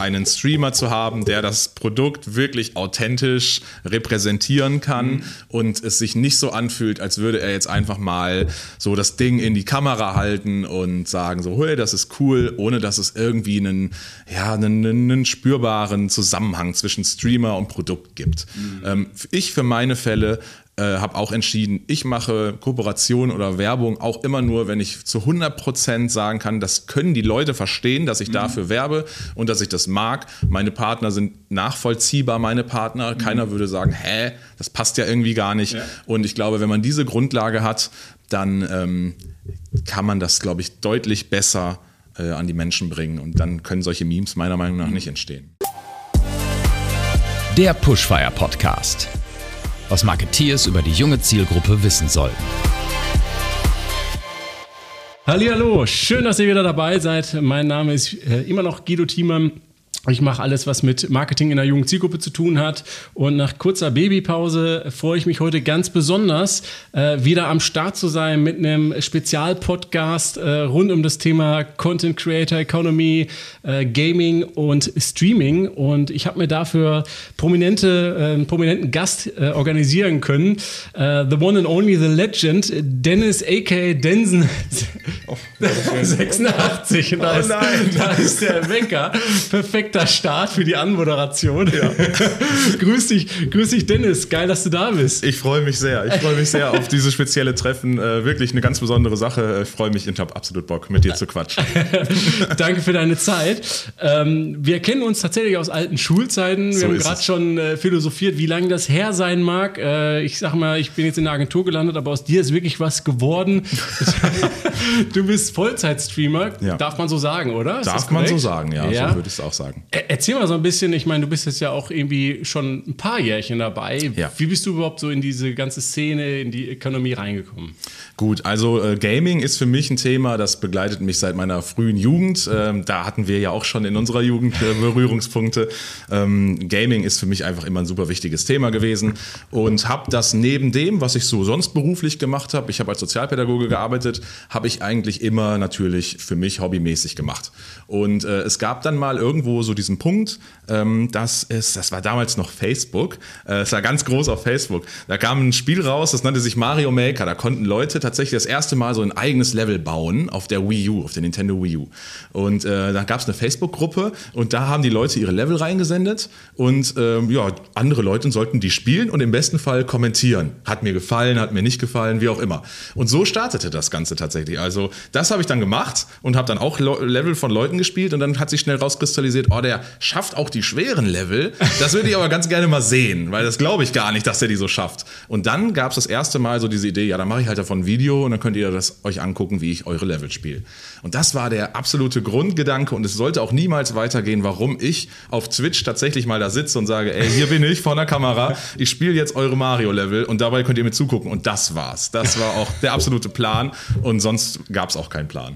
einen Streamer zu haben, der das Produkt wirklich authentisch repräsentieren kann und es sich nicht so anfühlt, als würde er jetzt einfach mal so das Ding in die Kamera halten und sagen so, hey, das ist cool, ohne dass es irgendwie einen spürbaren Zusammenhang zwischen Streamer und Produkt gibt. Ich für meine Fälle habe auch entschieden, ich mache Kooperation oder Werbung auch immer nur, wenn ich zu 100% sagen kann, das können die Leute verstehen, dass ich dafür werbe und dass ich das mag. Meine Partner sind nachvollziehbar, meine Partner. Keiner würde sagen, das passt ja irgendwie gar nicht. Ja. Und ich glaube, wenn man diese Grundlage hat, dann kann man das, glaube ich, deutlich besser an die Menschen bringen. Und dann können solche Memes meiner Meinung nach nicht entstehen. Der Pushfire Podcast. Was Marketeers über die junge Zielgruppe wissen sollten. Hallihallo, schön, dass ihr wieder dabei seid. Mein Name ist immer noch Guido Thiemann. Ich mache alles, was mit Marketing in der jungen Zielgruppe zu tun hat. Und nach kurzer Babypause freue ich mich heute ganz besonders, wieder am Start zu sein mit einem Spezialpodcast rund um das Thema Content Creator Economy, Gaming und Streaming. Und ich habe mir dafür einen prominenten Gast organisieren können. The one and only, the legend, Dennis a.k.a. Densen 86. Da ist der Wecker. Perfekter Start für die Anmoderation. Ja. Grüß dich Dennis, geil, dass du da bist. Ich freue mich sehr auf dieses spezielle Treffen, wirklich eine ganz besondere Sache. Ich freue mich, ich habe absolut Bock, mit dir zu quatschen. Danke für deine Zeit. Wir kennen uns tatsächlich aus alten Schulzeiten. Wir haben gerade schon philosophiert, wie lange das her sein mag. Ich sag mal, ich bin jetzt in der Agentur gelandet, aber aus dir ist wirklich was geworden. Du bist Vollzeitstreamer, darf man so sagen, oder? Darf man so sagen, ja, so würde ich es auch sagen. Erzähl mal so ein bisschen, ich meine, du bist jetzt ja auch irgendwie schon ein paar Jährchen dabei. Ja. Wie bist du überhaupt so in diese ganze Szene, in die Ökonomie reingekommen? Gut, also Gaming ist für mich ein Thema, das begleitet mich seit meiner frühen Jugend. Da hatten wir ja auch schon in unserer Jugend Berührungspunkte. Gaming ist für mich einfach immer ein super wichtiges Thema gewesen und habe das neben dem, was ich so sonst beruflich gemacht habe, ich habe als Sozialpädagoge gearbeitet, habe ich eigentlich immer natürlich für mich hobbymäßig gemacht. Und es gab dann mal irgendwo so diesen Punkt, das war damals noch Facebook, es war ganz groß auf Facebook, da kam ein Spiel raus, das nannte sich Mario Maker, da konnten Leute tatsächlich das erste Mal so ein eigenes Level bauen auf der Wii U, auf der Nintendo Wii U. Und da gab es eine Facebook-Gruppe und da haben die Leute ihre Level reingesendet und andere Leute sollten die spielen und im besten Fall kommentieren. Hat mir gefallen, hat mir nicht gefallen, wie auch immer. Und so startete das Ganze tatsächlich. Also das habe ich dann gemacht und habe dann auch Level von Leuten gespielt und dann hat sich schnell rauskristallisiert, der schafft auch die schweren Level. Das würde ich aber ganz gerne mal sehen, weil das glaube ich gar nicht, dass er die so schafft. Und dann gab es das erste Mal so diese Idee, dann mache ich halt davon ein Video und dann könnt ihr das euch angucken, wie ich eure Level spiele. Und das war der absolute Grundgedanke und es sollte auch niemals weitergehen, warum ich auf Twitch tatsächlich mal da sitze und sage, hier bin ich vor der Kamera, ich spiele jetzt eure Mario-Level und dabei könnt ihr mir zugucken und das war's. Das war auch der absolute Plan und sonst gab es auch keinen Plan.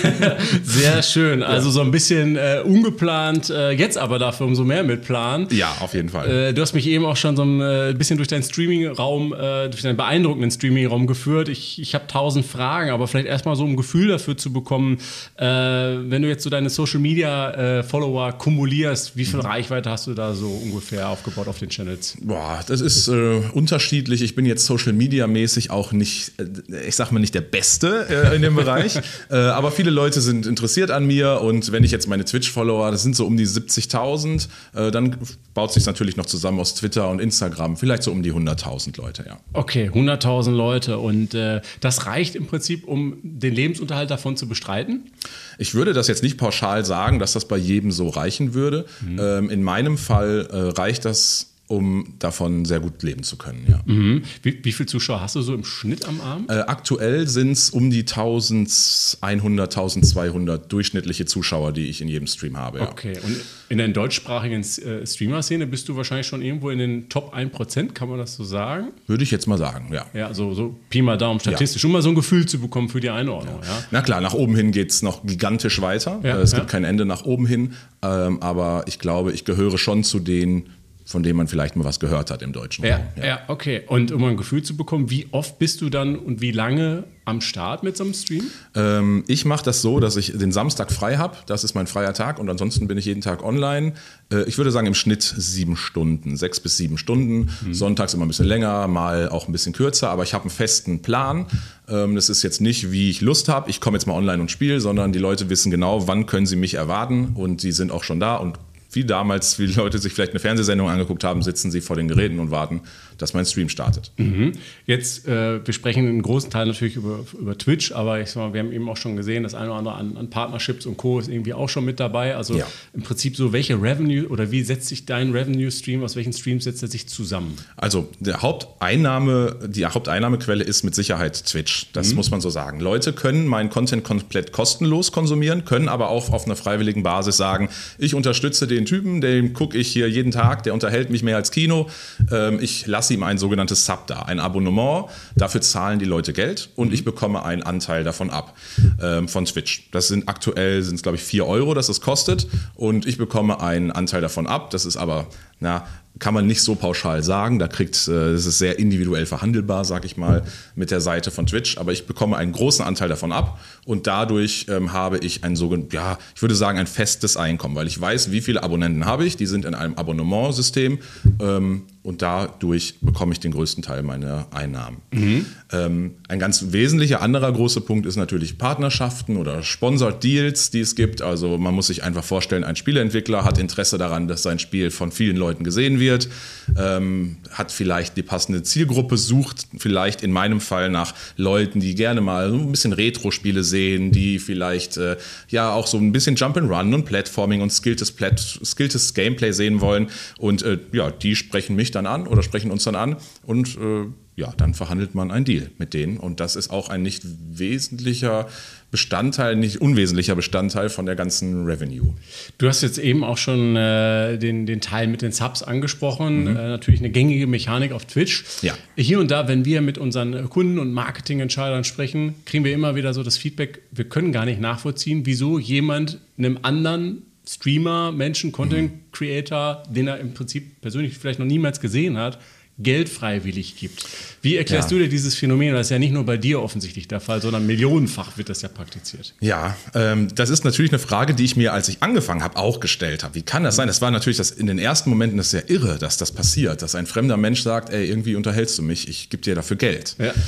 Sehr schön, also so ein bisschen ungeplant, jetzt aber dafür umso mehr mit Plan. Ja, auf jeden Fall. Du hast mich eben auch schon so ein bisschen durch deinen Streaming-Raum, durch deinen beeindruckenden Streaming-Raum geführt. Ich habe 1000 Fragen, aber vielleicht erstmal so ein Gefühl dafür zu bekommen, wenn du jetzt so deine Social-Media-Follower kumulierst, wie viel Reichweite hast du da so ungefähr aufgebaut auf den Channels? Boah, das ist unterschiedlich. Ich bin jetzt Social-Media-mäßig auch nicht, ich sag mal nicht der Beste in dem Bereich, aber viele Leute sind interessiert an mir und wenn ich jetzt meine Twitch-Follower, das sind so um die 70.000, dann baut sich natürlich noch zusammen aus Twitter und Instagram, vielleicht so um die 100.000 Leute, ja. Okay, 100.000 Leute und das reicht im Prinzip, um den Lebensunterhalt davon zu bestreiten? Ich würde das jetzt nicht pauschal sagen, dass das bei jedem so reichen würde. In meinem Fall reicht das, um davon sehr gut leben zu können, ja. Wie viele Zuschauer hast du so im Schnitt am Abend? Aktuell sind es um die 1100, 1200 durchschnittliche Zuschauer, die ich in jedem Stream habe, ja. Okay, und in der deutschsprachigen Streamer-Szene bist du wahrscheinlich schon irgendwo in den Top 1%, kann man das so sagen? Würde ich jetzt mal sagen, ja. Ja, so Pi mal Daumen statistisch, um mal so ein Gefühl zu bekommen für die Einordnung, ja. Na klar, nach oben hin geht es noch gigantisch weiter. Es gibt kein Ende nach oben hin, aber ich glaube, ich gehöre schon zu den von dem man vielleicht mal was gehört hat im deutschen Ja, Raum. ja, okay. Und um ein Gefühl zu bekommen, wie oft bist du dann und wie lange am Start mit so einem Stream? Ich mache das so, dass ich den Samstag frei habe. Das ist mein freier Tag und ansonsten bin ich jeden Tag online. Ich würde sagen im Schnitt 7 Stunden, 6 bis 7 Stunden. Sonntags immer ein bisschen länger, mal auch ein bisschen kürzer, aber ich habe einen festen Plan. Das ist jetzt nicht, wie ich Lust habe, ich komme jetzt mal online und spiele, sondern die Leute wissen genau, wann können sie mich erwarten und die sind auch schon da und wie damals, wie die Leute sich vielleicht eine Fernsehsendung angeguckt haben, sitzen sie vor den Geräten und warten, dass mein Stream startet. Jetzt, wir sprechen einen großen Teil natürlich über Twitch, aber ich sag mal, wir haben eben auch schon gesehen, das eine oder andere an Partnerships und Co. ist irgendwie auch schon mit dabei. Also im Prinzip so, welche Revenue oder wie setzt sich dein Revenue-Stream, aus welchen Streams setzt er sich zusammen? Also die Haupteinnahmequelle ist mit Sicherheit Twitch. Das muss man so sagen. Leute können meinen Content komplett kostenlos konsumieren, können aber auch auf einer freiwilligen Basis sagen, ich unterstütze den Typen, den gucke ich hier jeden Tag, der unterhält mich mehr als Kino. Ich lasse ihm ein sogenanntes Sub da, ein Abonnement. Dafür zahlen die Leute Geld und ich bekomme einen Anteil davon ab von Twitch. Das sind aktuell, glaube ich, 4 Euro, das es kostet und ich bekomme einen Anteil davon ab. Das ist aber, kann man nicht so pauschal sagen. Das ist sehr individuell verhandelbar, sag ich mal, mit der Seite von Twitch. Aber ich bekomme einen großen Anteil davon ab und dadurch habe ich ein ich würde sagen, ein festes Einkommen, weil ich weiß, wie viele Abonnenten habe ich. Die sind in einem Abonnementsystem und dadurch bekomme ich den größten Teil meiner Einnahmen. Ein ganz wesentlicher anderer großer Punkt ist natürlich Partnerschaften oder Sponsored Deals, die es gibt. Also man muss sich einfach vorstellen, ein Spieleentwickler hat Interesse daran, dass sein Spiel von vielen Leuten gesehen wird, hat vielleicht die passende Zielgruppe, sucht vielleicht in meinem Fall nach Leuten, die gerne mal so ein bisschen Retro-Spiele sehen, die vielleicht auch so ein bisschen Jump'n'Run und Platforming und skilltes Gameplay sehen wollen. Und die sprechen mich dann an oder sprechen uns dann an und dann verhandelt man einen Deal mit denen. Und das ist auch ein nicht unwesentlicher Bestandteil von der ganzen Revenue. Du hast jetzt eben auch schon den Teil mit den Subs angesprochen. Natürlich eine gängige Mechanik auf Twitch. Ja. Hier und da, wenn wir mit unseren Kunden und Marketingentscheidern sprechen, kriegen wir immer wieder so das Feedback, wir können gar nicht nachvollziehen, wieso jemand einem anderen Streamer, Menschen, Content Creator, den er im Prinzip persönlich vielleicht noch niemals gesehen hat, Geld freiwillig gibt. Wie erklärst du dir dieses Phänomen? Das ist ja nicht nur bei dir offensichtlich der Fall, sondern millionenfach wird das ja praktiziert. Ja, das ist natürlich eine Frage, die ich mir, als ich angefangen habe, auch gestellt habe. Wie kann das sein? Das war natürlich in den ersten Momenten das sehr irre, dass das passiert, dass ein fremder Mensch sagt, ey, irgendwie unterhältst du mich, ich gebe dir dafür Geld. Ja.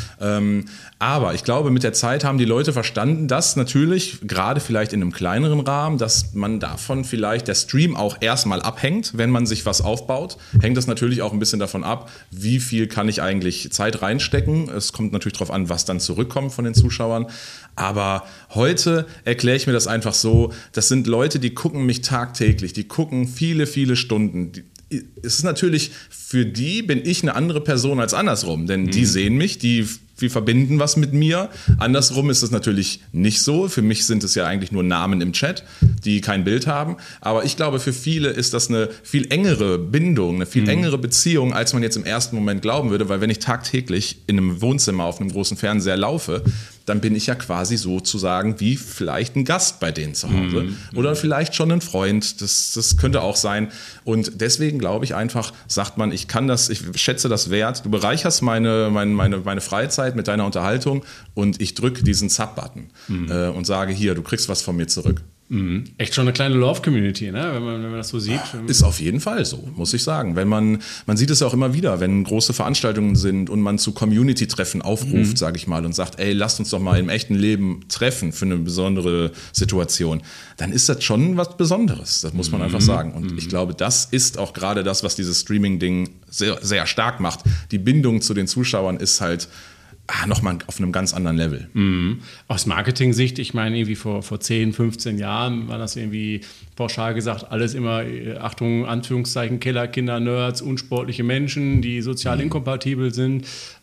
Aber ich glaube, mit der Zeit haben die Leute verstanden, dass natürlich, gerade vielleicht in einem kleineren Rahmen, dass man davon vielleicht der Stream auch erstmal abhängt, wenn man sich was aufbaut, hängt das natürlich auch ein bisschen davon ab, wie viel kann ich eigentlich Zeit reinstecken. Es kommt natürlich darauf an, was dann zurückkommt von den Zuschauern. Aber heute erkläre ich mir das einfach so, das sind Leute, die gucken mich tagtäglich, die gucken viele, viele Stunden. Es ist natürlich, für die bin ich eine andere Person als andersrum, denn die sehen mich, die verbinden was mit mir. Andersrum ist es natürlich nicht so. Für mich sind es ja eigentlich nur Namen im Chat, die kein Bild haben. Aber ich glaube, für viele ist das eine viel engere Bindung, eine viel engere Beziehung, als man jetzt im ersten Moment glauben würde. Weil wenn ich tagtäglich in einem Wohnzimmer auf einem großen Fernseher laufe, dann bin ich ja quasi sozusagen wie vielleicht ein Gast bei denen zu Hause. Oder vielleicht schon ein Freund. Das könnte auch sein. Und deswegen glaube ich einfach, sagt man, ich schätze das wert. Du bereicherst meine Freizeit mit deiner Unterhaltung und ich drücke diesen Sub-Button und sage, hier, du kriegst was von mir zurück. Echt schon eine kleine Love-Community, ne? wenn man das so sieht. Ist auf jeden Fall so, muss ich sagen. Man sieht es ja auch immer wieder, wenn große Veranstaltungen sind und man zu Community-Treffen aufruft, sage ich mal, und sagt, ey, lasst uns doch mal im echten Leben treffen für eine besondere Situation, dann ist das schon was Besonderes, das muss man einfach sagen. Und ich glaube, das ist auch gerade das, was dieses Streaming-Ding sehr, sehr stark macht. Die Bindung zu den Zuschauern ist halt nochmal auf einem ganz anderen Level. Aus Marketing-Sicht, ich meine, irgendwie vor 10, 15 Jahren war das irgendwie pauschal gesagt, alles immer, Achtung, Anführungszeichen, Kellerkinder, Nerds, unsportliche Menschen, die sozial inkompatibel sind.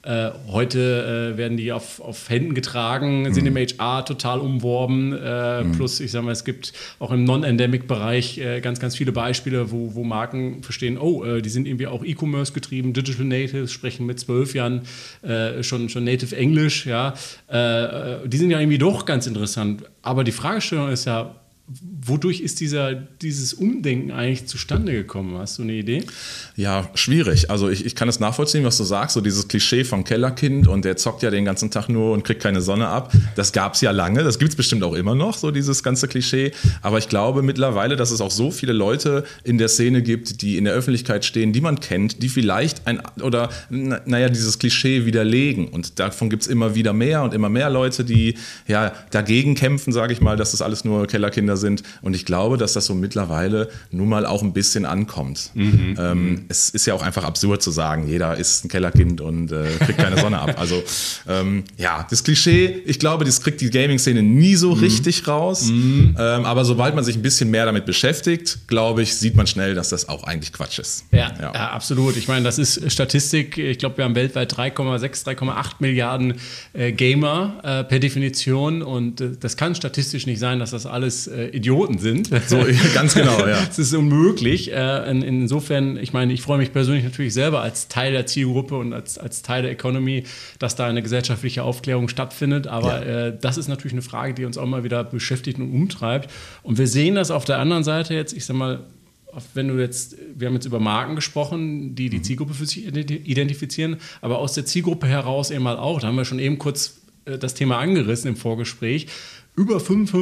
Heute werden die auf Händen getragen, sind im HR total umworben. Plus, ich sage mal, es gibt auch im Non-Endemic-Bereich ganz, ganz viele Beispiele, wo Marken verstehen, die sind irgendwie auch E-Commerce getrieben, Digital Natives, sprechen mit 12 Jahren schon Native Englisch. Ja. Die sind ja irgendwie doch ganz interessant. Aber die Fragestellung ist ja, wodurch ist dieses Umdenken eigentlich zustande gekommen? Hast du eine Idee? Ja, schwierig. Also ich kann es nachvollziehen, was du sagst, so dieses Klischee vom Kellerkind und der zockt ja den ganzen Tag nur und kriegt keine Sonne ab. Das gab es ja lange, das gibt es bestimmt auch immer noch, so dieses ganze Klischee. Aber ich glaube mittlerweile, dass es auch so viele Leute in der Szene gibt, die in der Öffentlichkeit stehen, die man kennt, die vielleicht dieses Klischee widerlegen. Und davon gibt es immer wieder mehr und immer mehr Leute, die ja dagegen kämpfen, sage ich mal, dass das alles nur Kellerkinder sind. Und ich glaube, dass das so mittlerweile nun mal auch ein bisschen ankommt. Es ist ja auch einfach absurd zu sagen, jeder ist ein Kellerkind und kriegt keine Sonne ab. Also das Klischee, ich glaube, das kriegt die Gaming-Szene nie so richtig raus. Aber sobald man sich ein bisschen mehr damit beschäftigt, glaube ich, sieht man schnell, dass das auch eigentlich Quatsch ist. Ja, absolut. Ich meine, das ist Statistik. Ich glaube, wir haben weltweit 3,8 Milliarden Gamer per Definition. Und das kann statistisch nicht sein, dass das alles Idioten sind. So, ganz genau, ja. Das ist unmöglich. Insofern, ich meine, ich freue mich persönlich natürlich selber als Teil der Zielgruppe und als Teil der Economy, dass da eine gesellschaftliche Aufklärung stattfindet. Aber das ist natürlich eine Frage, die uns auch mal wieder beschäftigt und umtreibt. Und wir sehen das auf der anderen Seite jetzt, ich sag mal, wir haben jetzt über Marken gesprochen, die Zielgruppe für sich identifizieren, aber aus der Zielgruppe heraus eben mal auch, da haben wir schon eben kurz das Thema angerissen im Vorgespräch, über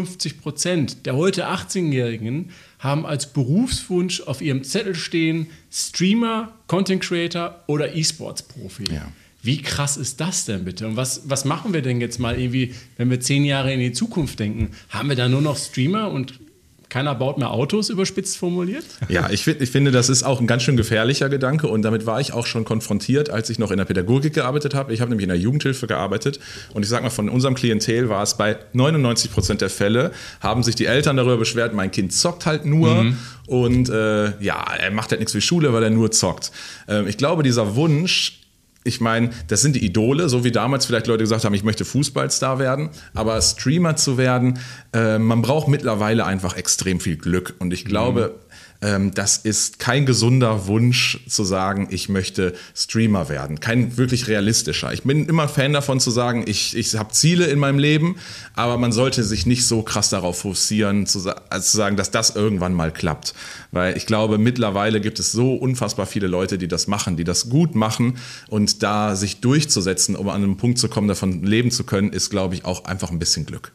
55% der heute 18-Jährigen haben als Berufswunsch auf ihrem Zettel stehen Streamer, Content Creator oder E-Sports-Profi. Ja. Wie krass ist das denn bitte? Und was machen wir denn jetzt mal irgendwie, wenn wir 10 Jahre in die Zukunft denken? Haben wir da nur noch Streamer und keiner baut mehr Autos, überspitzt formuliert? Ja, ich finde, das ist auch ein ganz schön gefährlicher Gedanke und damit war ich auch schon konfrontiert, als ich noch in der Pädagogik gearbeitet habe. Ich habe nämlich in der Jugendhilfe gearbeitet und ich sage mal, von unserem Klientel war es bei 99% der Fälle, haben sich die Eltern darüber beschwert, mein Kind zockt halt nur und er macht halt nichts für die Schule, weil er nur zockt. Ich glaube, dieser Wunsch, ich meine, das sind die Idole, so wie damals vielleicht Leute gesagt haben, ich möchte Fußballstar werden, aber Streamer zu werden, man braucht mittlerweile einfach extrem viel Glück und ich glaube, das ist kein gesunder Wunsch zu sagen, ich möchte Streamer werden. Kein wirklich realistischer. Ich bin immer Fan davon zu sagen, ich habe Ziele in meinem Leben, aber man sollte sich nicht so krass darauf fokussieren, zu sagen, dass das irgendwann mal klappt. Weil ich glaube, mittlerweile gibt es so unfassbar viele Leute, die das machen, die das gut machen und da sich durchzusetzen, um an einen Punkt zu kommen, davon leben zu können, ist, glaube ich, auch einfach ein bisschen Glück.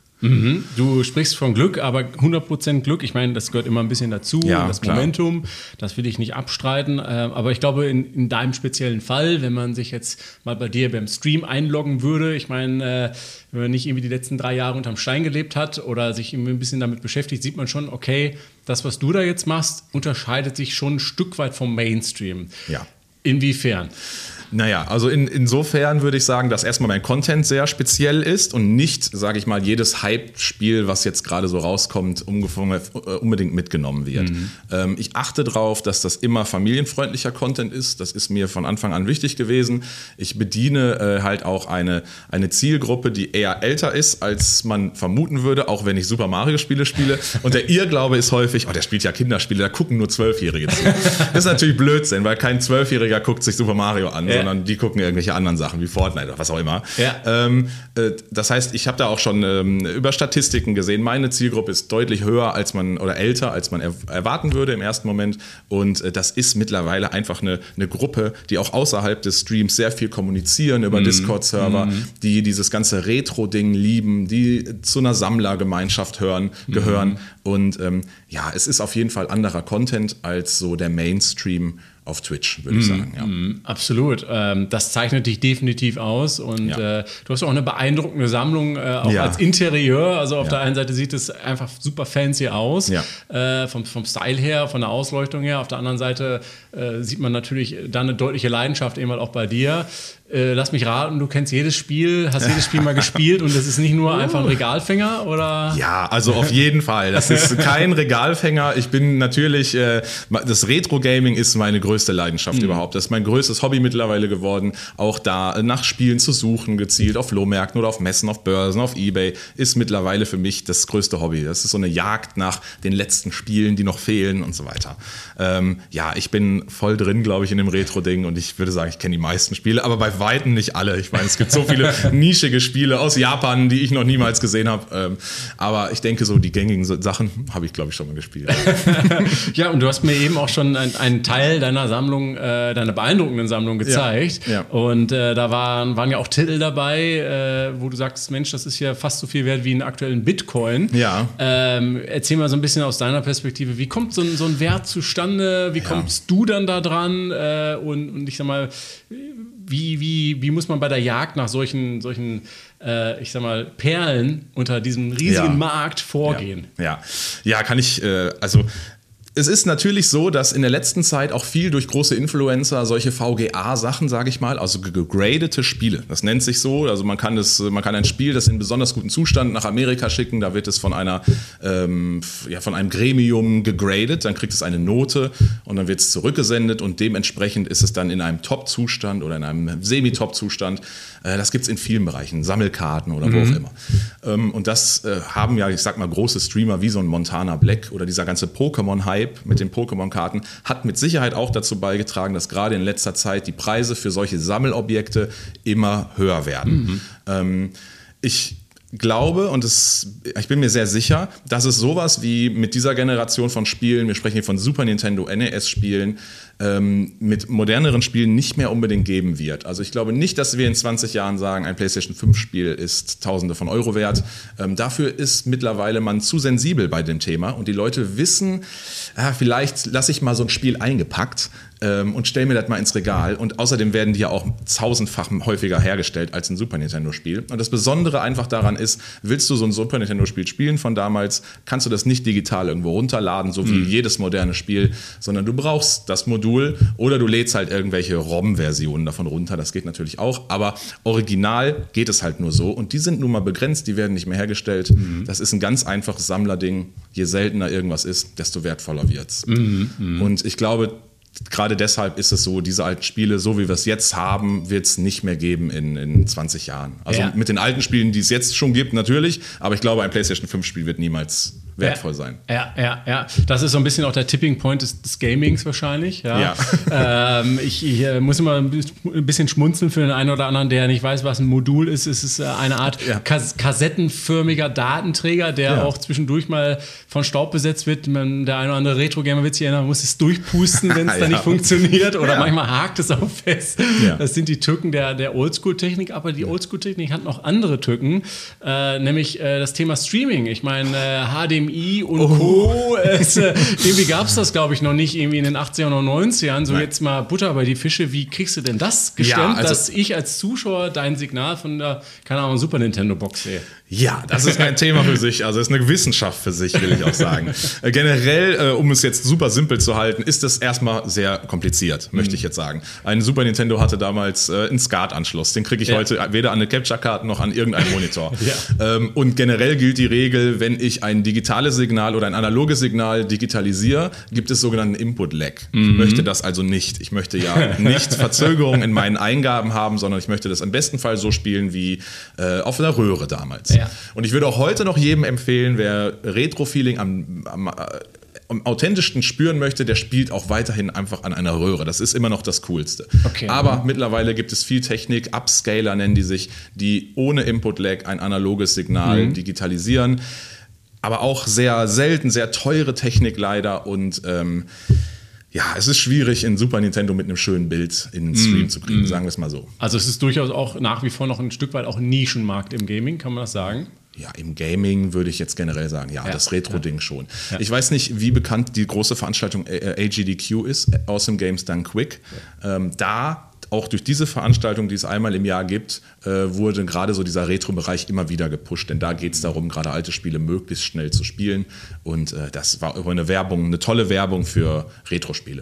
Du sprichst von Glück, aber 100% Glück, ich meine, das gehört immer ein bisschen dazu, das klar. Momentum, das will ich nicht abstreiten, aber ich glaube, in deinem speziellen Fall, wenn man sich jetzt mal bei dir beim Stream einloggen würde, ich meine, wenn man nicht irgendwie die letzten 3 Jahre unterm Stein gelebt hat oder sich irgendwie ein bisschen damit beschäftigt, sieht man schon, okay, das, was du da jetzt machst, unterscheidet sich schon ein Stück weit vom Mainstream. Ja. Inwiefern? Naja, also insofern würde ich sagen, dass erstmal mein Content sehr speziell ist und nicht, sage ich mal, jedes Hype-Spiel, was jetzt gerade so rauskommt, unbedingt mitgenommen wird. Ich achte darauf, dass das immer familienfreundlicher Content ist. Das ist mir von Anfang an wichtig gewesen. Ich bediene halt auch eine Zielgruppe, die eher älter ist, als man vermuten würde, auch wenn ich Super Mario-Spiele spiele. Und der Irrglaube ist häufig, der spielt ja Kinderspiele, da gucken nur 12-Jährige zu. Das ist natürlich Blödsinn, weil kein 12-Jähriger guckt sich Super Mario an, sondern die gucken irgendwelche anderen Sachen wie Fortnite oder was auch immer. Ja. Das heißt, ich habe da auch schon über Statistiken gesehen, meine Zielgruppe ist deutlich höher oder älter, als man erwarten würde im ersten Moment. Und das ist mittlerweile einfach eine Gruppe, die auch außerhalb des Streams sehr viel kommunizieren über Discord-Server, die dieses ganze Retro-Ding lieben, die zu einer Sammlergemeinschaft gehören. Und es ist auf jeden Fall anderer Content als so der Mainstream auf Twitch, würde ich sagen. Ja. Absolut. Das zeichnet dich definitiv aus und du hast auch eine beeindruckende Sammlung, auch als Interieur. Also auf der einen Seite sieht es einfach super fancy aus, vom Style her, von der Ausleuchtung her. Auf der anderen Seite sieht man natürlich da eine deutliche Leidenschaft eben halt auch bei dir. Lass mich raten, du kennst jedes Spiel, hast jedes Spiel mal gespielt und das ist nicht nur einfach ein Regalfänger, oder? Ja, also auf jeden Fall. Das ist kein Regalfänger. Ich bin natürlich, das Retro-Gaming ist meine größte Leidenschaft überhaupt. Das ist mein größtes Hobby mittlerweile geworden. Auch da nach Spielen zu suchen, gezielt auf Flohmärkten oder auf Messen, auf Börsen, auf Ebay, ist mittlerweile für mich das größte Hobby. Das ist so eine Jagd nach den letzten Spielen, die noch fehlen und so weiter. Ich bin voll drin, glaube ich, in dem Retro-Ding und ich würde sagen, ich kenne die meisten Spiele, aber bei bei Weitem nicht alle. Ich meine, es gibt so viele nischige Spiele aus Japan, die ich noch niemals gesehen habe. Aber ich denke, so die gängigen Sachen habe ich, glaube ich, schon mal gespielt. Ja, und du hast mir eben auch schon einen Teil deiner Sammlung, deiner beeindruckenden Sammlung gezeigt. Ja. Und da waren ja auch Titel dabei, wo du sagst, Mensch, das ist ja fast so viel wert wie einen aktuellen Bitcoin. Ja. Erzähl mal so ein bisschen aus deiner Perspektive, wie kommt so ein Wert zustande? Wie kommst du dann da dran? Und ich sag mal, wie muss man bei der Jagd nach solchen ich sag mal, Perlen unter diesem riesigen Markt vorgehen? Ja, kann ich, also es ist natürlich so, dass in der letzten Zeit auch viel durch große Influencer solche VGA-Sachen, sage ich mal, also gegradete Spiele, das nennt sich so, also man kann ein Spiel, das in besonders guten Zustand nach Amerika schicken, da wird es von einem Gremium gegradet, dann kriegt es eine Note und dann wird es zurückgesendet und dementsprechend ist es dann in einem Top-Zustand oder in einem Semi-Top-Zustand. Das gibt es in vielen Bereichen, Sammelkarten oder wo auch immer. Und das haben ja, ich sag mal, große Streamer wie so ein Montana Black oder dieser ganze Pokémon-Hype mit den Pokémon-Karten hat mit Sicherheit auch dazu beigetragen, dass gerade in letzter Zeit die Preise für solche Sammelobjekte immer höher werden. Ich glaube und ich bin mir sehr sicher, dass es sowas wie mit dieser Generation von Spielen, wir sprechen hier von Super Nintendo, NES-Spielen, mit moderneren Spielen nicht mehr unbedingt geben wird. Also ich glaube nicht, dass wir in 20 Jahren sagen, ein PlayStation 5-Spiel ist Tausende von Euro wert. Dafür ist mittlerweile man zu sensibel bei dem Thema und die Leute wissen, vielleicht lasse ich mal so ein Spiel eingepackt und stelle mir das mal ins Regal. Und außerdem werden die ja auch tausendfach häufiger hergestellt als ein Super Nintendo-Spiel. Und das Besondere einfach daran ist, willst du so ein Super Nintendo-Spiel spielen von damals, kannst du das nicht digital irgendwo runterladen, so wie jedes moderne Spiel, sondern du brauchst das Modul oder du lädst halt irgendwelche ROM-Versionen davon runter. Das geht natürlich auch, aber original geht es halt nur so. Und die sind nun mal begrenzt, die werden nicht mehr hergestellt. Das ist ein ganz einfaches Sammlerding. Je seltener irgendwas ist, desto wertvoller wird's. Und ich glaube, gerade deshalb ist es so, diese alten Spiele, so wie wir es jetzt haben, wird es nicht mehr geben in 20 Jahren. Also mit den alten Spielen, die es jetzt schon gibt, natürlich, aber ich glaube, ein PlayStation 5-Spiel wird niemals wertvoll sein. Ja. Das ist so ein bisschen auch der Tipping Point des Gamings wahrscheinlich. Ja. Ich muss immer ein bisschen schmunzeln für den einen oder anderen, der nicht weiß, was ein Modul ist. Es ist eine Art kassettenförmiger Datenträger, der auch zwischendurch mal von Staub besetzt wird. Der eine oder andere Retro-Gamer wird sich erinnern, man muss es durchpusten, wenn es dann nicht funktioniert. Oder manchmal hakt es auch fest. Das sind die Tücken der Oldschool-Technik. Aber die Oldschool-Technik hat noch andere Tücken. Nämlich das Thema Streaming. Ich meine, HDMI und Co. Irgendwie gab es das, glaube ich, noch nicht irgendwie in den 80ern oder 90ern. So jetzt mal Butter bei die Fische. Wie kriegst du denn das gestemmt, dass ich als Zuschauer dein Signal von der, keine Ahnung, Super Nintendo Box sehe? Ja, das ist ein Thema für sich. Also es ist eine Wissenschaft für sich, will ich auch sagen. Generell, um es jetzt super simpel zu halten, ist es erstmal sehr kompliziert, möchte ich jetzt sagen. Ein Super Nintendo hatte damals einen SCART-Anschluss. Den kriege ich heute weder an eine Capture-Card noch an irgendeinen Monitor. Und generell gilt die Regel, wenn ich ein digitales Signal oder ein analoges Signal digitalisiere, gibt es sogenannten Input-Lag. Ich möchte das also nicht. Ich möchte ja nicht Verzögerung in meinen Eingaben haben, sondern ich möchte das im besten Fall so spielen wie auf einer Röhre damals. Und ich würde auch heute noch jedem empfehlen, wer Retro-Feeling am authentischsten spüren möchte, der spielt auch weiterhin einfach an einer Röhre. Das ist immer noch das Coolste. Aber mittlerweile gibt es viel Technik, Upscaler nennen die sich, die ohne Input-Lag ein analoges Signal digitalisieren. Aber auch sehr selten, sehr teure Technik leider und es ist schwierig, in Super Nintendo mit einem schönen Bild in den Stream zu kriegen, sagen wir es mal so. Also es ist durchaus auch nach wie vor noch ein Stück weit auch ein Nischenmarkt im Gaming, kann man das sagen? Ja, im Gaming würde ich jetzt generell sagen, das Retro-Ding schon. Ich weiß nicht, wie bekannt die große Veranstaltung AGDQ ist, Awesome Games Done Quick. Auch durch diese Veranstaltung, die es einmal im Jahr gibt, wurde gerade so dieser Retro-Bereich immer wieder gepusht. Denn da geht es darum, gerade alte Spiele möglichst schnell zu spielen. Und das war eine tolle Werbung für Retro-Spiele.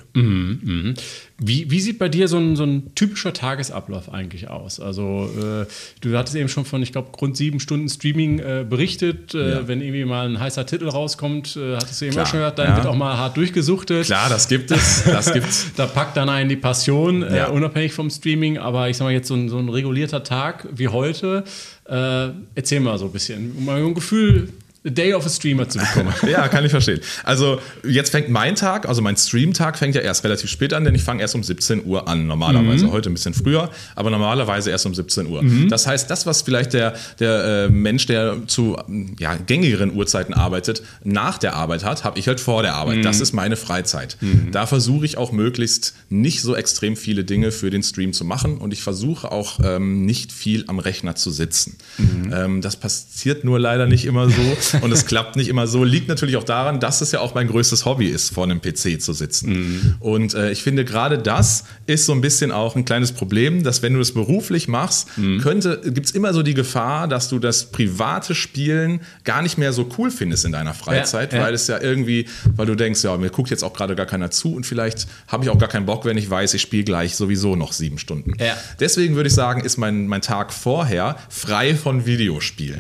Wie sieht bei dir so ein typischer Tagesablauf eigentlich aus? Also du hattest eben schon von, ich glaube, rund 7 Stunden Streaming berichtet. Wenn irgendwie mal ein heißer Titel rauskommt, hattest du eben auch schon gehört, dann wird auch mal hart durchgesuchtet. Klar, das gibt es. Da packt dann einen die Passion, unabhängig vom Streaming. Aber ich sag mal jetzt so ein regulierter Tag wie heute. Erzähl mal so ein bisschen, um mal ein Gefühl The Day of a Streamer zu bekommen. Ja, kann ich verstehen. Also jetzt fängt mein Tag, also mein Stream-Tag fängt ja erst relativ spät an, denn ich fange erst um 17 Uhr an, normalerweise. Heute ein bisschen früher, aber normalerweise erst um 17 Uhr. Das heißt, das, was vielleicht der Mensch, der zu gängigeren Uhrzeiten arbeitet, nach der Arbeit hat, habe ich halt vor der Arbeit. Das ist meine Freizeit. Da versuche ich auch möglichst nicht so extrem viele Dinge für den Stream zu machen und ich versuche auch nicht viel am Rechner zu sitzen. Das passiert nur leider nicht immer so. Und es klappt nicht immer so. Liegt natürlich auch daran, dass es ja auch mein größtes Hobby ist, vor einem PC zu sitzen. Und ich finde, gerade das ist so ein bisschen auch ein kleines Problem, dass wenn du das beruflich machst, gibt es immer so die Gefahr, dass du das private Spielen gar nicht mehr so cool findest in deiner Freizeit, weil es ja irgendwie, weil du denkst, ja, mir guckt jetzt auch gerade gar keiner zu und vielleicht habe ich auch gar keinen Bock, wenn ich weiß, ich spiele gleich sowieso noch 7 Stunden. Ja. Deswegen würde ich sagen, ist mein Tag vorher frei von Videospielen.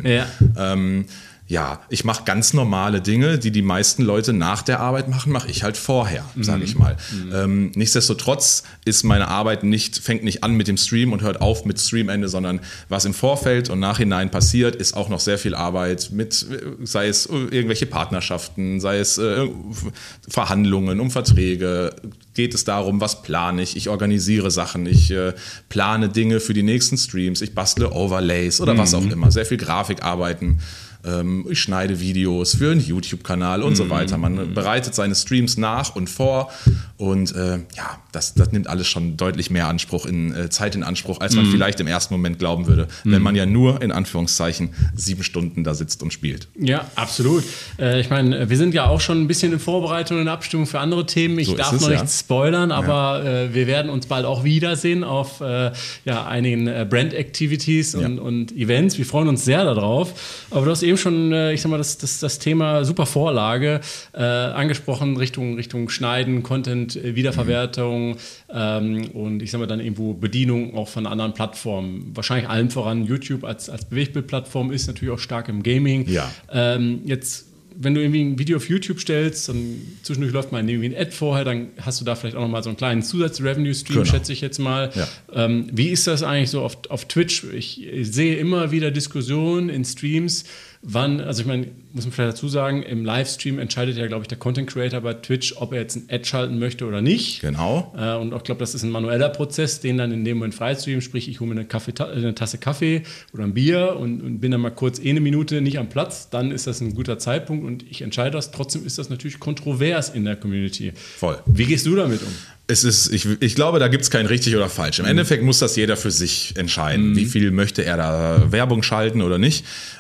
Ja. Ich mache ganz normale Dinge, die meisten Leute nach der Arbeit machen, mache ich halt vorher, sage ich mal. Nichtsdestotrotz ist meine Arbeit fängt nicht an mit dem Stream und hört auf mit Streamende, sondern was im Vorfeld und Nachhinein passiert, ist auch noch sehr viel Arbeit mit, sei es irgendwelche Partnerschaften, sei es Verhandlungen um Verträge, geht es darum, was plane ich, ich organisiere Sachen, ich plane Dinge für die nächsten Streams, ich bastle Overlays oder was auch immer, sehr viel Grafikarbeiten. Ich schneide Videos für einen YouTube-Kanal und so weiter. Man bereitet seine Streams nach und vor und das nimmt alles schon deutlich mehr Zeit in Anspruch, als man vielleicht im ersten Moment glauben würde, wenn man ja nur in Anführungszeichen 7 Stunden da sitzt und spielt. Ja, absolut. Ich meine, wir sind ja auch schon ein bisschen in Vorbereitung und in Abstimmung für andere Themen. Ich darf noch nichts spoilern, aber wir werden uns bald auch wiedersehen auf einigen Brand-Activities und Events. Wir freuen uns sehr darauf. Aber du hast eben schon, ich sag mal, das Thema super Vorlage angesprochen, Richtung Schneiden, Content, Wiederverwertung und ich sag mal dann irgendwo Bedienung auch von anderen Plattformen. Wahrscheinlich allen voran YouTube als Bewegtbildplattform ist natürlich auch stark im Gaming. Ja. Jetzt wenn du irgendwie ein Video auf YouTube stellst, dann zwischendurch läuft mal irgendwie ein Ad vorher, dann hast du da vielleicht auch nochmal so einen kleinen Zusatz-Revenue-Stream, schätze ich jetzt mal. Ja. Wie ist das eigentlich so auf Twitch? Ich sehe immer wieder Diskussionen in Streams, also ich meine, muss man vielleicht dazu sagen, im Livestream entscheidet ja, glaube ich, der Content Creator bei Twitch, ob er jetzt ein Ad schalten möchte oder nicht. Genau. Und ich glaube, das ist ein manueller Prozess, den dann in dem Moment freistreamen, sprich, ich hole mir eine Tasse Kaffee oder ein Bier und bin dann mal kurz eine Minute nicht am Platz, dann ist das ein guter Zeitpunkt und ich entscheide das. Trotzdem ist das natürlich kontrovers in der Community. Voll. Wie gehst du damit um? Ich glaube, da gibt es kein richtig oder falsch. Im Endeffekt muss das jeder für sich entscheiden. Wie viel möchte er da Werbung schalten oder nicht.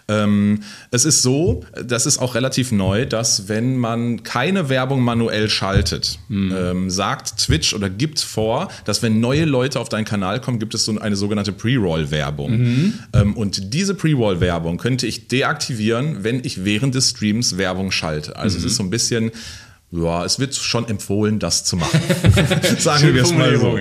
Es ist so, das ist auch relativ neu, dass wenn man keine Werbung manuell schaltet, sagt Twitch oder gibt vor, dass wenn neue Leute auf deinen Kanal kommen, gibt es so eine sogenannte Pre-Roll-Werbung. Und diese Pre-Roll-Werbung könnte ich deaktivieren, wenn ich während des Streams Werbung schalte. Also es ist so ein bisschen... Ja, es wird schon empfohlen, das zu machen. Sagen wir es mal so.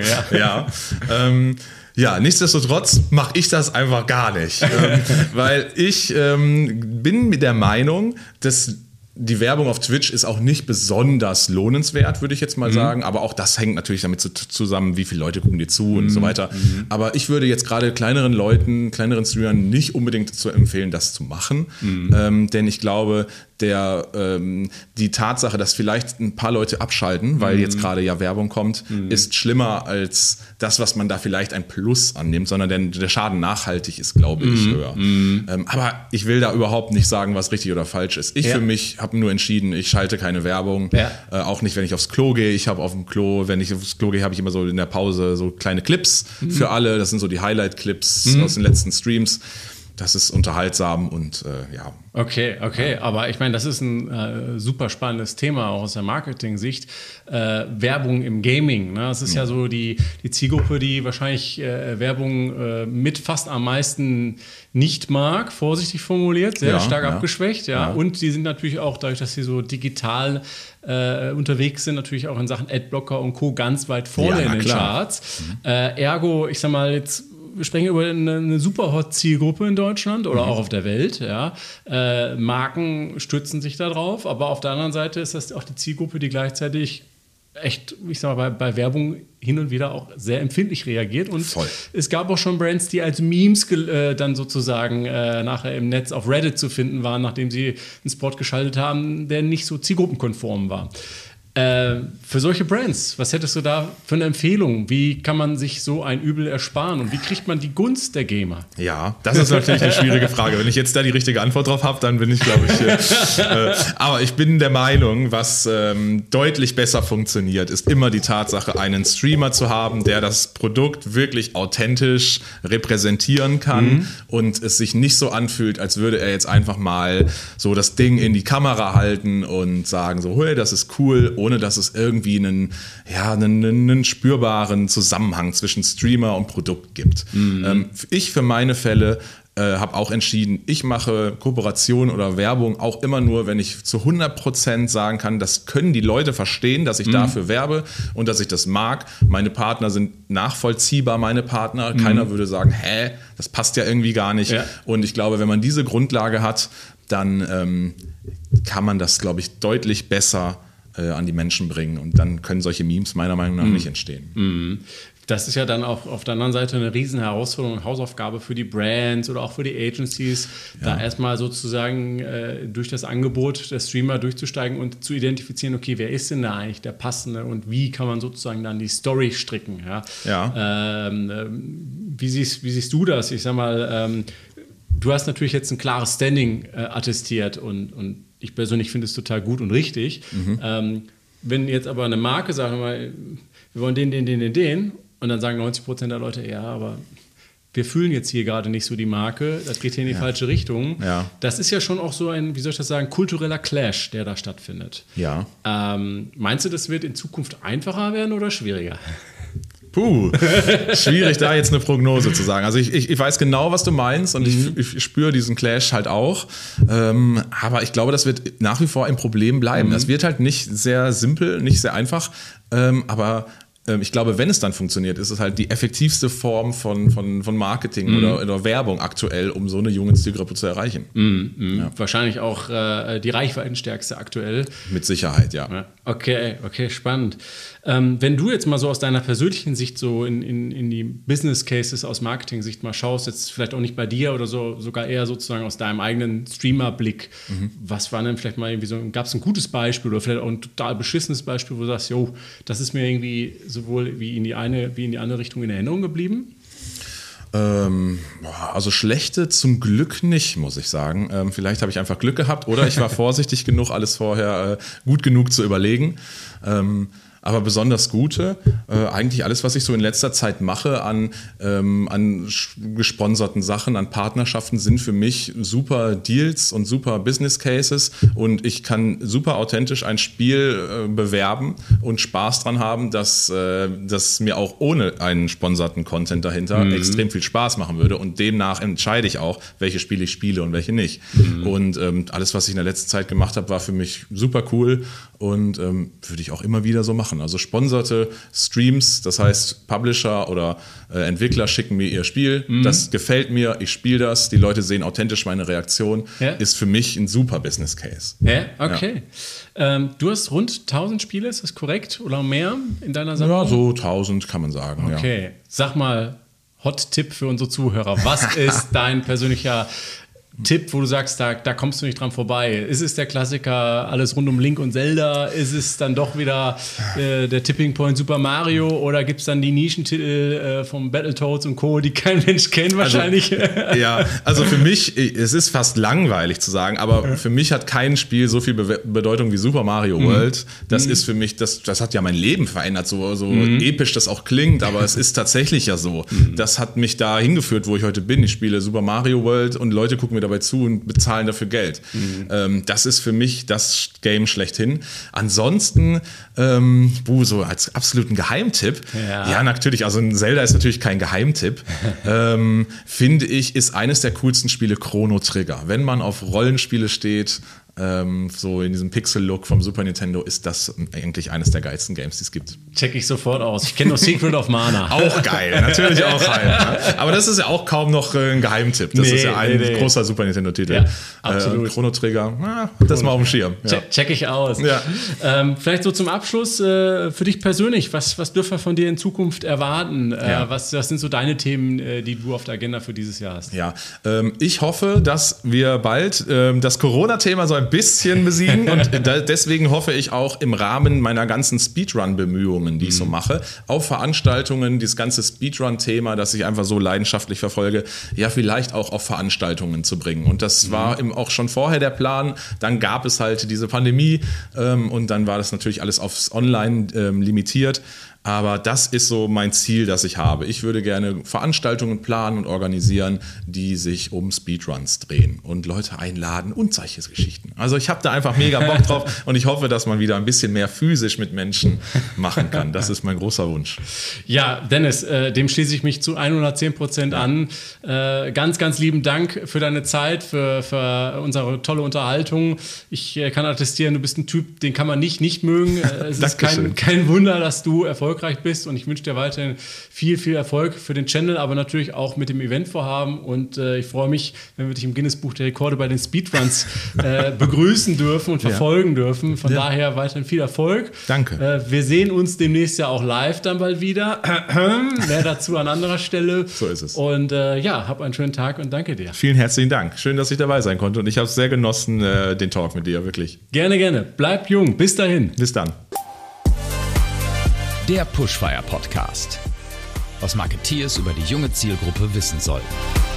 Ja, nichtsdestotrotz mache ich das einfach gar nicht. Weil ich bin mit der Meinung, dass die Werbung auf Twitch ist auch nicht besonders lohnenswert, würde ich jetzt mal sagen. Aber auch das hängt natürlich damit zusammen, wie viele Leute gucken dir zu und so weiter. Aber ich würde jetzt gerade kleineren Streamern nicht unbedingt dazu empfehlen, das zu machen. Denn ich glaube, die Tatsache, dass vielleicht ein paar Leute abschalten, weil jetzt gerade ja Werbung kommt, ist schlimmer als das, was man da vielleicht ein Plus annimmt, sondern der Schaden nachhaltig ist, glaube ich, höher. Aber ich will da überhaupt nicht sagen, was richtig oder falsch ist. Ich für mich habe nur entschieden, ich schalte keine Werbung, auch nicht, wenn ich aufs Klo gehe. Ich habe auf dem Klo, wenn ich aufs Klo gehe, habe ich immer so in der Pause so kleine Clips für alle. Das sind so die Highlight-Clips aus den letzten Streams. Das ist unterhaltsam und ja. Okay. Aber ich meine, das ist ein super spannendes Thema auch aus der Marketing-Sicht. Werbung im Gaming. Ne? Das ist ja so die Zielgruppe, die wahrscheinlich Werbung mit fast am meisten nicht mag, vorsichtig formuliert, sehr stark abgeschwächt. Ja. Und die sind natürlich auch, dadurch, dass sie so digital unterwegs sind, natürlich auch in Sachen Adblocker und Co. ganz weit vorne in den Charts. Ergo, ich sag mal jetzt, wir sprechen über eine super Hot-Zielgruppe in Deutschland oder auch auf der Welt. Ja. Marken stützen sich da drauf, aber auf der anderen Seite ist das auch die Zielgruppe, die gleichzeitig echt, ich sag mal, bei Werbung hin und wieder auch sehr empfindlich reagiert. Und Voll. es gab auch schon Brands, die als Memes dann sozusagen nachher im Netz auf Reddit zu finden waren, nachdem sie einen Spot geschaltet haben, der nicht so zielgruppenkonform war. Für solche Brands, was hättest du da für eine Empfehlung? Wie kann man sich so ein Übel ersparen und wie kriegt man die Gunst der Gamer? Ja, das ist natürlich eine schwierige Frage. Wenn ich jetzt da die richtige Antwort drauf habe, dann bin ich, glaube ich... aber ich bin der Meinung, was deutlich besser funktioniert, ist immer die Tatsache, einen Streamer zu haben, der das Produkt wirklich authentisch repräsentieren kann und es sich nicht so anfühlt, als würde er jetzt einfach mal so das Ding in die Kamera halten und sagen so, hey, das ist cool, ohne dass es irgendwie einen spürbaren Zusammenhang zwischen Streamer und Produkt gibt. Ich für meine Fälle habe auch entschieden, ich mache Kooperation oder Werbung auch immer nur, wenn ich zu 100% sagen kann, das können die Leute verstehen, dass ich dafür werbe und dass ich das mag. Meine Partner sind nachvollziehbar, meine Partner. Keiner würde sagen, das passt ja irgendwie gar nicht. Ja. Und ich glaube, wenn man diese Grundlage hat, dann kann man das, glaube ich, deutlich besser an die Menschen bringen. Und dann können solche Memes meiner Meinung nach nicht entstehen. Das ist ja dann auch auf der anderen Seite eine riesen Herausforderung, Hausaufgabe für die Brands oder auch für die Agencies, da erstmal sozusagen durch das Angebot der Streamer durchzusteigen und zu identifizieren, okay, wer ist denn da eigentlich der Passende und wie kann man sozusagen dann die Story stricken? Wie siehst du das? Ich sag mal, du hast natürlich jetzt ein klares Standing attestiert und ich persönlich finde es total gut und richtig. Wenn jetzt aber eine Marke sagt, wir wollen den und dann sagen 90% der Leute, ja, aber wir fühlen jetzt hier gerade nicht so die Marke, das geht hier in die falsche Richtung. Ja. Das ist ja schon auch so ein, wie soll ich das sagen, kultureller Clash, der da stattfindet. Ja. Meinst du, das wird in Zukunft einfacher werden oder schwieriger? Schwierig, da jetzt eine Prognose zu sagen. Also ich weiß genau, was du meinst und ich spüre diesen Clash halt auch. Aber ich glaube, das wird nach wie vor ein Problem bleiben. Das wird halt nicht sehr simpel, nicht sehr einfach, aber ich glaube, wenn es dann funktioniert, ist es halt die effektivste Form von Marketing oder Werbung aktuell, um so eine junge Zielgruppe zu erreichen. Ja. Wahrscheinlich auch die reichweitenstärkste aktuell. Mit Sicherheit, ja. Okay, spannend. Wenn du jetzt mal so aus deiner persönlichen Sicht so in die Business Cases aus Marketing-Sicht mal schaust, jetzt vielleicht auch nicht bei dir oder so, sogar eher sozusagen aus deinem eigenen Streamer-Blick, was war denn vielleicht mal irgendwie so, gab es ein gutes Beispiel oder vielleicht auch ein total beschissenes Beispiel, wo du sagst, das ist mir irgendwie sowohl wie in die eine wie in die andere Richtung in Erinnerung geblieben? Also schlechte zum Glück nicht, muss ich sagen. Vielleicht habe ich einfach Glück gehabt oder ich war vorsichtig genug, alles vorher gut genug zu überlegen. Aber besonders gute, eigentlich alles, was ich so in letzter Zeit mache an gesponserten Sachen, an Partnerschaften, sind für mich super Deals und super Business Cases und ich kann super authentisch ein Spiel bewerben und Spaß dran haben, dass mir auch ohne einen sponserten Content dahinter extrem viel Spaß machen würde und demnach entscheide ich auch, welche Spiele ich spiele und welche nicht. Und alles, was ich in der letzten Zeit gemacht habe, war für mich super cool und würde ich auch immer wieder so machen. Also sponserte Streams, das heißt Publisher oder Entwickler schicken mir ihr Spiel, das gefällt mir, ich spiele das, die Leute sehen authentisch meine Reaktion, ist für mich ein super Business Case. Okay. Ja. Du hast rund 1000 Spiele, ist das korrekt? Oder mehr in deiner Sammlung? Ja, so 1000 kann man sagen. Okay, ja. Sag mal, Hot-Tipp für unsere Zuhörer. Was ist dein persönlicher Tipp, wo du sagst, da kommst du nicht dran vorbei? Ist es der Klassiker, alles rund um Link und Zelda? Ist es dann doch wieder der Tipping Point Super Mario? Oder gibt es dann die Nischentitel vom Battletoads und Co., die kein Mensch kennt wahrscheinlich? Also für mich, es ist fast langweilig zu sagen, aber für mich hat kein Spiel so viel Bedeutung wie Super Mario World. Das ist für mich, das hat ja mein Leben verändert, so episch das auch klingt, aber es ist tatsächlich ja so. Das hat mich da hingeführt, wo ich heute bin. Ich spiele Super Mario World und Leute gucken mir dabei zu und bezahlen dafür Geld. Das ist für mich das Game schlechthin. Ansonsten, so als absoluten Geheimtipp, ja natürlich, also ein Zelda ist natürlich kein Geheimtipp, finde ich, ist eines der coolsten Spiele Chrono Trigger. Wenn man auf Rollenspiele steht, so in diesem Pixel-Look vom Super Nintendo, ist das eigentlich eines der geilsten Games, die es gibt. Check ich sofort aus. Ich kenne noch Secret of Mana. Auch geil, natürlich auch geil. Ja. Aber das ist ja auch kaum noch ein Geheimtipp. Das ist ja ein großer Super Nintendo-Titel. Ja, absolut. Chrono Trigger, das mal auf dem Schirm. Ja. Check ich aus. Ja. Vielleicht so zum Abschluss, für dich persönlich, was dürfen wir von dir in Zukunft erwarten? Was sind so deine Themen, die du auf der Agenda für dieses Jahr hast? Ja, ich hoffe, dass wir bald das Corona-Thema so ein bisschen besiegen und deswegen hoffe ich auch im Rahmen meiner ganzen Speedrun-Bemühungen, die ich so mache, auf Veranstaltungen, dieses ganze Speedrun-Thema, das ich einfach so leidenschaftlich verfolge, ja vielleicht auch auf Veranstaltungen zu bringen. Und das war eben auch schon vorher der Plan. Dann gab es halt diese Pandemie und dann war das natürlich alles aufs Online limitiert. Aber das ist so mein Ziel, das ich habe. Ich würde gerne Veranstaltungen planen und organisieren, die sich um Speedruns drehen und Leute einladen und solche Geschichten. Also ich habe da einfach mega Bock drauf und ich hoffe, dass man wieder ein bisschen mehr physisch mit Menschen machen kann. Das ist mein großer Wunsch. Ja, Dennis, dem schließe ich mich zu 110% an. Ganz, ganz lieben Dank für deine Zeit, für unsere tolle Unterhaltung. Ich kann attestieren, du bist ein Typ, den kann man nicht mögen. Es ist kein Wunder, dass du erfolgreich bist und ich wünsche dir weiterhin viel, viel Erfolg für den Channel, aber natürlich auch mit dem Eventvorhaben und ich freue mich, wenn wir dich im Guinness-Buch der Rekorde bei den Speedruns begrüßen dürfen und verfolgen dürfen. Von daher weiterhin viel Erfolg. Danke. Wir sehen uns demnächst ja auch live dann bald wieder. Mehr dazu an anderer Stelle. So ist es. Und hab einen schönen Tag und danke dir. Vielen herzlichen Dank. Schön, dass ich dabei sein konnte und ich habe es sehr genossen, den Talk mit dir, wirklich. Gerne, gerne. Bleib jung. Bis dahin. Bis dann. Der Pushfire Podcast. Was Marketeers über die junge Zielgruppe wissen sollten.